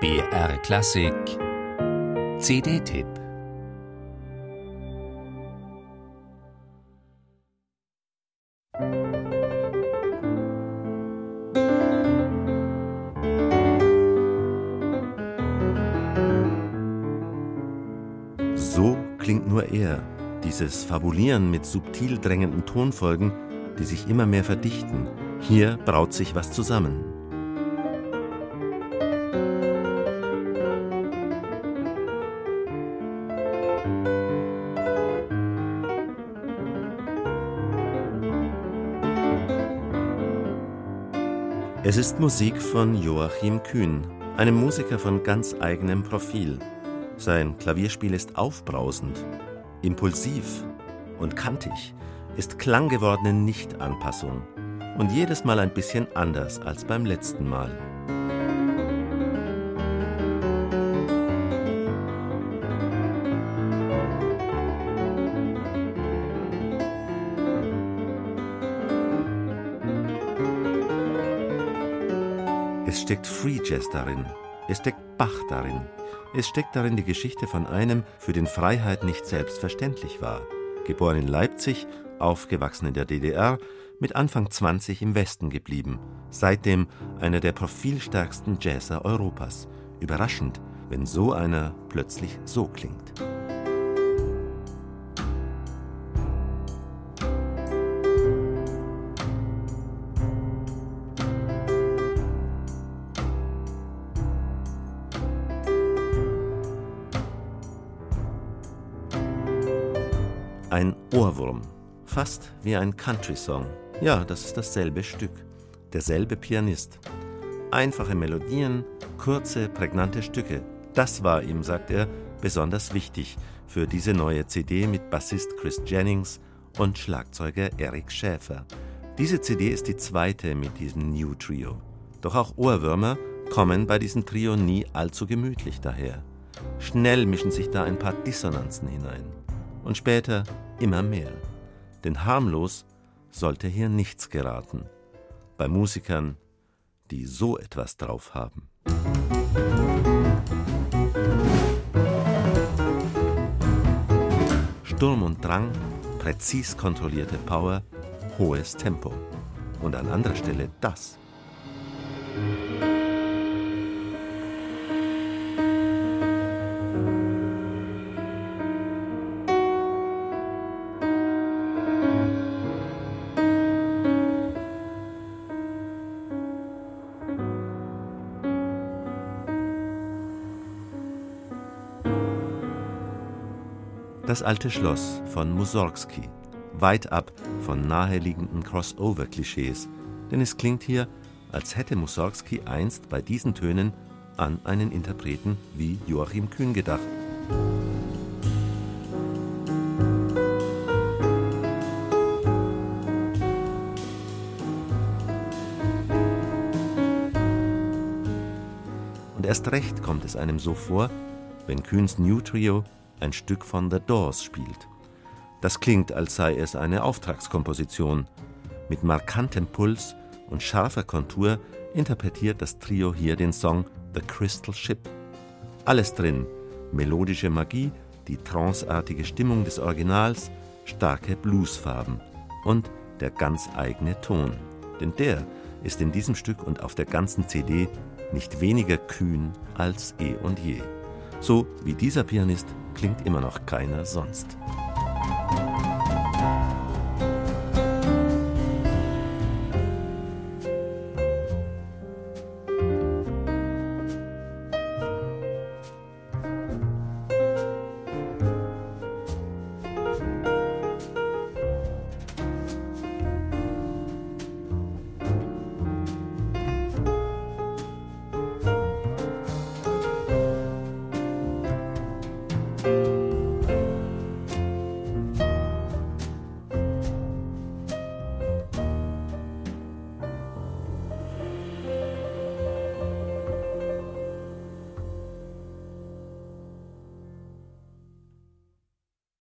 BR Klassik CD-Tipp. So klingt nur er, dieses Fabulieren mit subtil drängenden Tonfolgen, die sich immer mehr verdichten. Hier braut sich was zusammen. Es ist Musik von Joachim Kuehn, einem Musiker von ganz eigenem Profil. Sein Klavierspiel ist aufbrausend, impulsiv und kantig, ist klanggewordene Nichtanpassung und jedes Mal ein bisschen anders als beim letzten Mal. Es steckt Free Jazz darin, es steckt Bach darin, es steckt darin die Geschichte von einem, für den Freiheit nicht selbstverständlich war. Geboren in Leipzig, aufgewachsen in der DDR, mit Anfang 20 im Westen geblieben, seitdem einer der profilstärksten Jazzer Europas. Überraschend, wenn so einer plötzlich so klingt. Ein Ohrwurm, fast wie ein Country-Song. Ja, das ist dasselbe Stück, derselbe Pianist. Einfache Melodien, kurze, prägnante Stücke. Das war ihm, sagt er, besonders wichtig für diese neue CD mit Bassist Chris Jennings und Schlagzeuger Eric Schäfer. Diese CD ist die zweite mit diesem New Trio. Doch auch Ohrwürmer kommen bei diesem Trio nie allzu gemütlich daher. Schnell mischen sich da ein paar Dissonanzen hinein. Und später immer mehr. Denn harmlos sollte hier nichts geraten. Bei Musikern, die so etwas drauf haben. Sturm und Drang, präzis kontrollierte Power, hohes Tempo. Und an anderer Stelle das. Das alte Schloss von Mussorgsky, weit ab von naheliegenden Crossover-Klischees, denn es klingt hier, als hätte Mussorgsky einst bei diesen Tönen an einen Interpreten wie Joachim Kuehn gedacht. Und erst recht kommt es einem so vor, wenn Kuehns New Trio ein Stück von The Doors spielt. Das klingt, als sei es eine Auftragskomposition. Mit markantem Puls und scharfer Kontur interpretiert das Trio hier den Song The Crystal Ship. Alles drin, melodische Magie, die tranceartige Stimmung des Originals, starke Bluesfarben und der ganz eigene Ton. Denn der ist in diesem Stück und auf der ganzen CD nicht weniger Kuehn als eh und je. So wie dieser Pianist klingt immer noch keiner sonst.